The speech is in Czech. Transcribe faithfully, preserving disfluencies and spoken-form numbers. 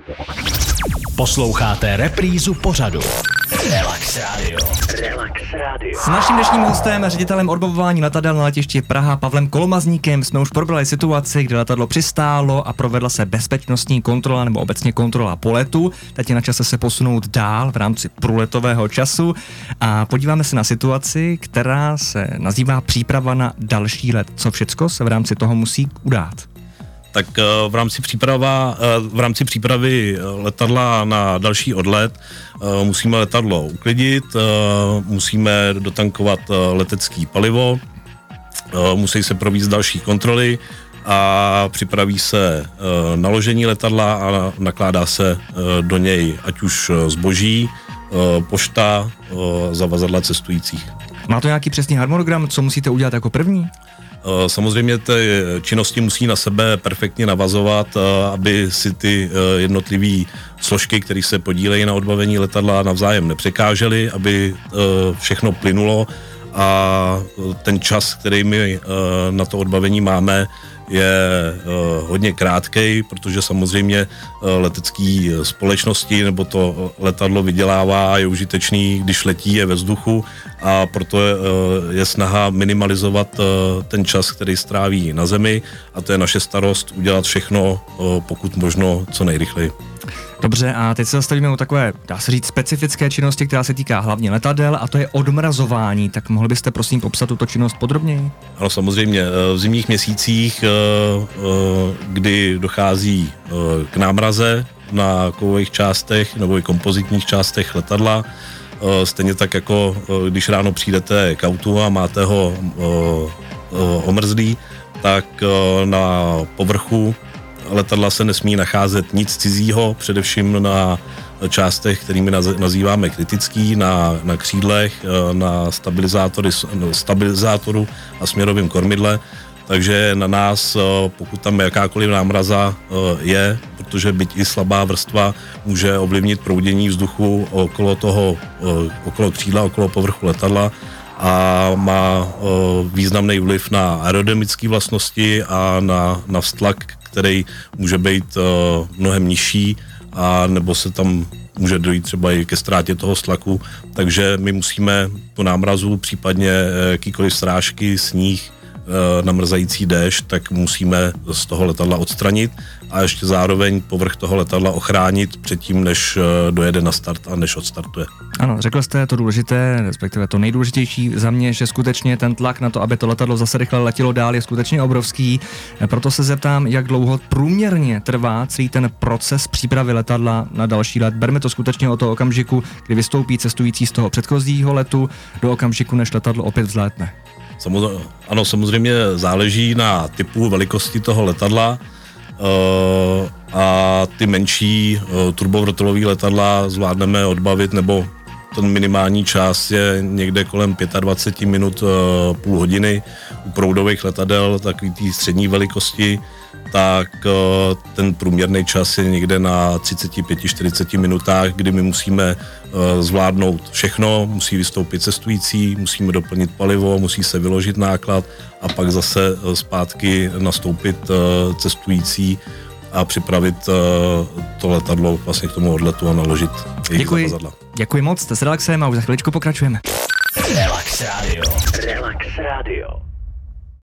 Posloucháte reprízu pořadu Relax Radio. Relax Radio. S naším dnešním hostem, ředitelem odbavování letadel na letišti Praha Pavlem Kolomazníkem jsme už probrali situaci, kdy letadlo přistálo a provedla se bezpečnostní kontrola nebo obecně kontrola poletu. Teď je na čase se posunout dál v rámci průletového času a podíváme se na situaci, která se nazývá příprava na další let. Co všecko se v rámci toho musí udát? Tak v rámci, příprava, v rámci přípravy letadla na další odlet musíme letadlo uklidit, musíme dotankovat letecké palivo, musí se provést další kontroly a připraví se naložení letadla a nakládá se do něj ať už zboží, pošta, zavazadla cestujících. Má to nějaký přesný harmonogram, co musíte udělat jako první? Samozřejmě ty činnosti musí na sebe perfektně navazovat, aby si ty jednotlivé složky, které se podílejí na odbavení letadla, navzájem nepřekážely, aby všechno plynulo a ten čas, který my na to odbavení máme, je hodně krátkej, protože samozřejmě letecký společnosti nebo to letadlo vydělává a je užitečný, když letí, je ve vzduchu a proto je snaha minimalizovat ten čas, který stráví na zemi a to je naše starost udělat všechno pokud možno co nejrychleji. Dobře, a teď se zastavíme u takové, dá se říct, specifické činnosti, která se týká hlavně letadel, a to je odmrazování. Tak mohli byste prosím popsat tuto činnost podrobněji? Ano, samozřejmě. V zimních měsících, kdy dochází k námraze na kovových částech nebo i kompozitních částech letadla, stejně tak jako když ráno přijdete k autu a máte ho omrzlý, tak na povrchu letadla se nesmí nacházet nic cizího, především na částech, kterými nazýváme kritický, na, na křídlech, na stabilizátory, stabilizátoru a směrovém kormidle. Takže na nás, pokud tam jakákoliv námraza je, protože byť i slabá vrstva může ovlivnit proudění vzduchu okolo toho, okolo křídla, okolo povrchu letadla a má významný vliv na aerodynamické vlastnosti a na, na vztlak, který může být uh, mnohem nižší a nebo se tam může dojít třeba i ke ztrátě toho stlaku, takže my musíme po námrazu, případně jakýkoliv srážky, sníh, uh, namrzající déšť, tak musíme z toho letadla odstranit a ještě zároveň povrch toho letadla ochránit předtím, než uh, dojede na start a než odstartuje. Ano, řekl jste to důležité, respektive to nejdůležitější za mě, že skutečně ten tlak na to, aby to letadlo zase rychle letělo dál, je skutečně obrovský. Proto se zeptám, jak dlouho průměrně trvá celý ten proces přípravy letadla na další let. Berme to skutečně od toho okamžiku, kdy vystoupí cestující z toho předchozího letu do okamžiku, než letadlo opět vzlétne. Samozřejmě, ano, samozřejmě záleží na typu velikosti toho letadla. Uh, a ty menší uh, turbovrtulový letadla zvládneme odbavit, nebo ten minimální čas je někde kolem dvacet pět minut, uh, půl hodiny. U proudových letadel, takový té střední velikosti, tak uh, ten průměrný čas je někde na třicet pět až čtyřicet minutách, kdy my musíme uh, zvládnout všechno, musí vystoupit cestující, musíme doplnit palivo, musí se vyložit náklad a pak zase uh, zpátky nastoupit uh, cestující a připravit uh, to letadlo vlastně k tomu odletu a naložit jejich zavazadla. Děkuji moc, jste s Relaxem a už za chviličku pokračujeme. Relax Radio. Relax Radio.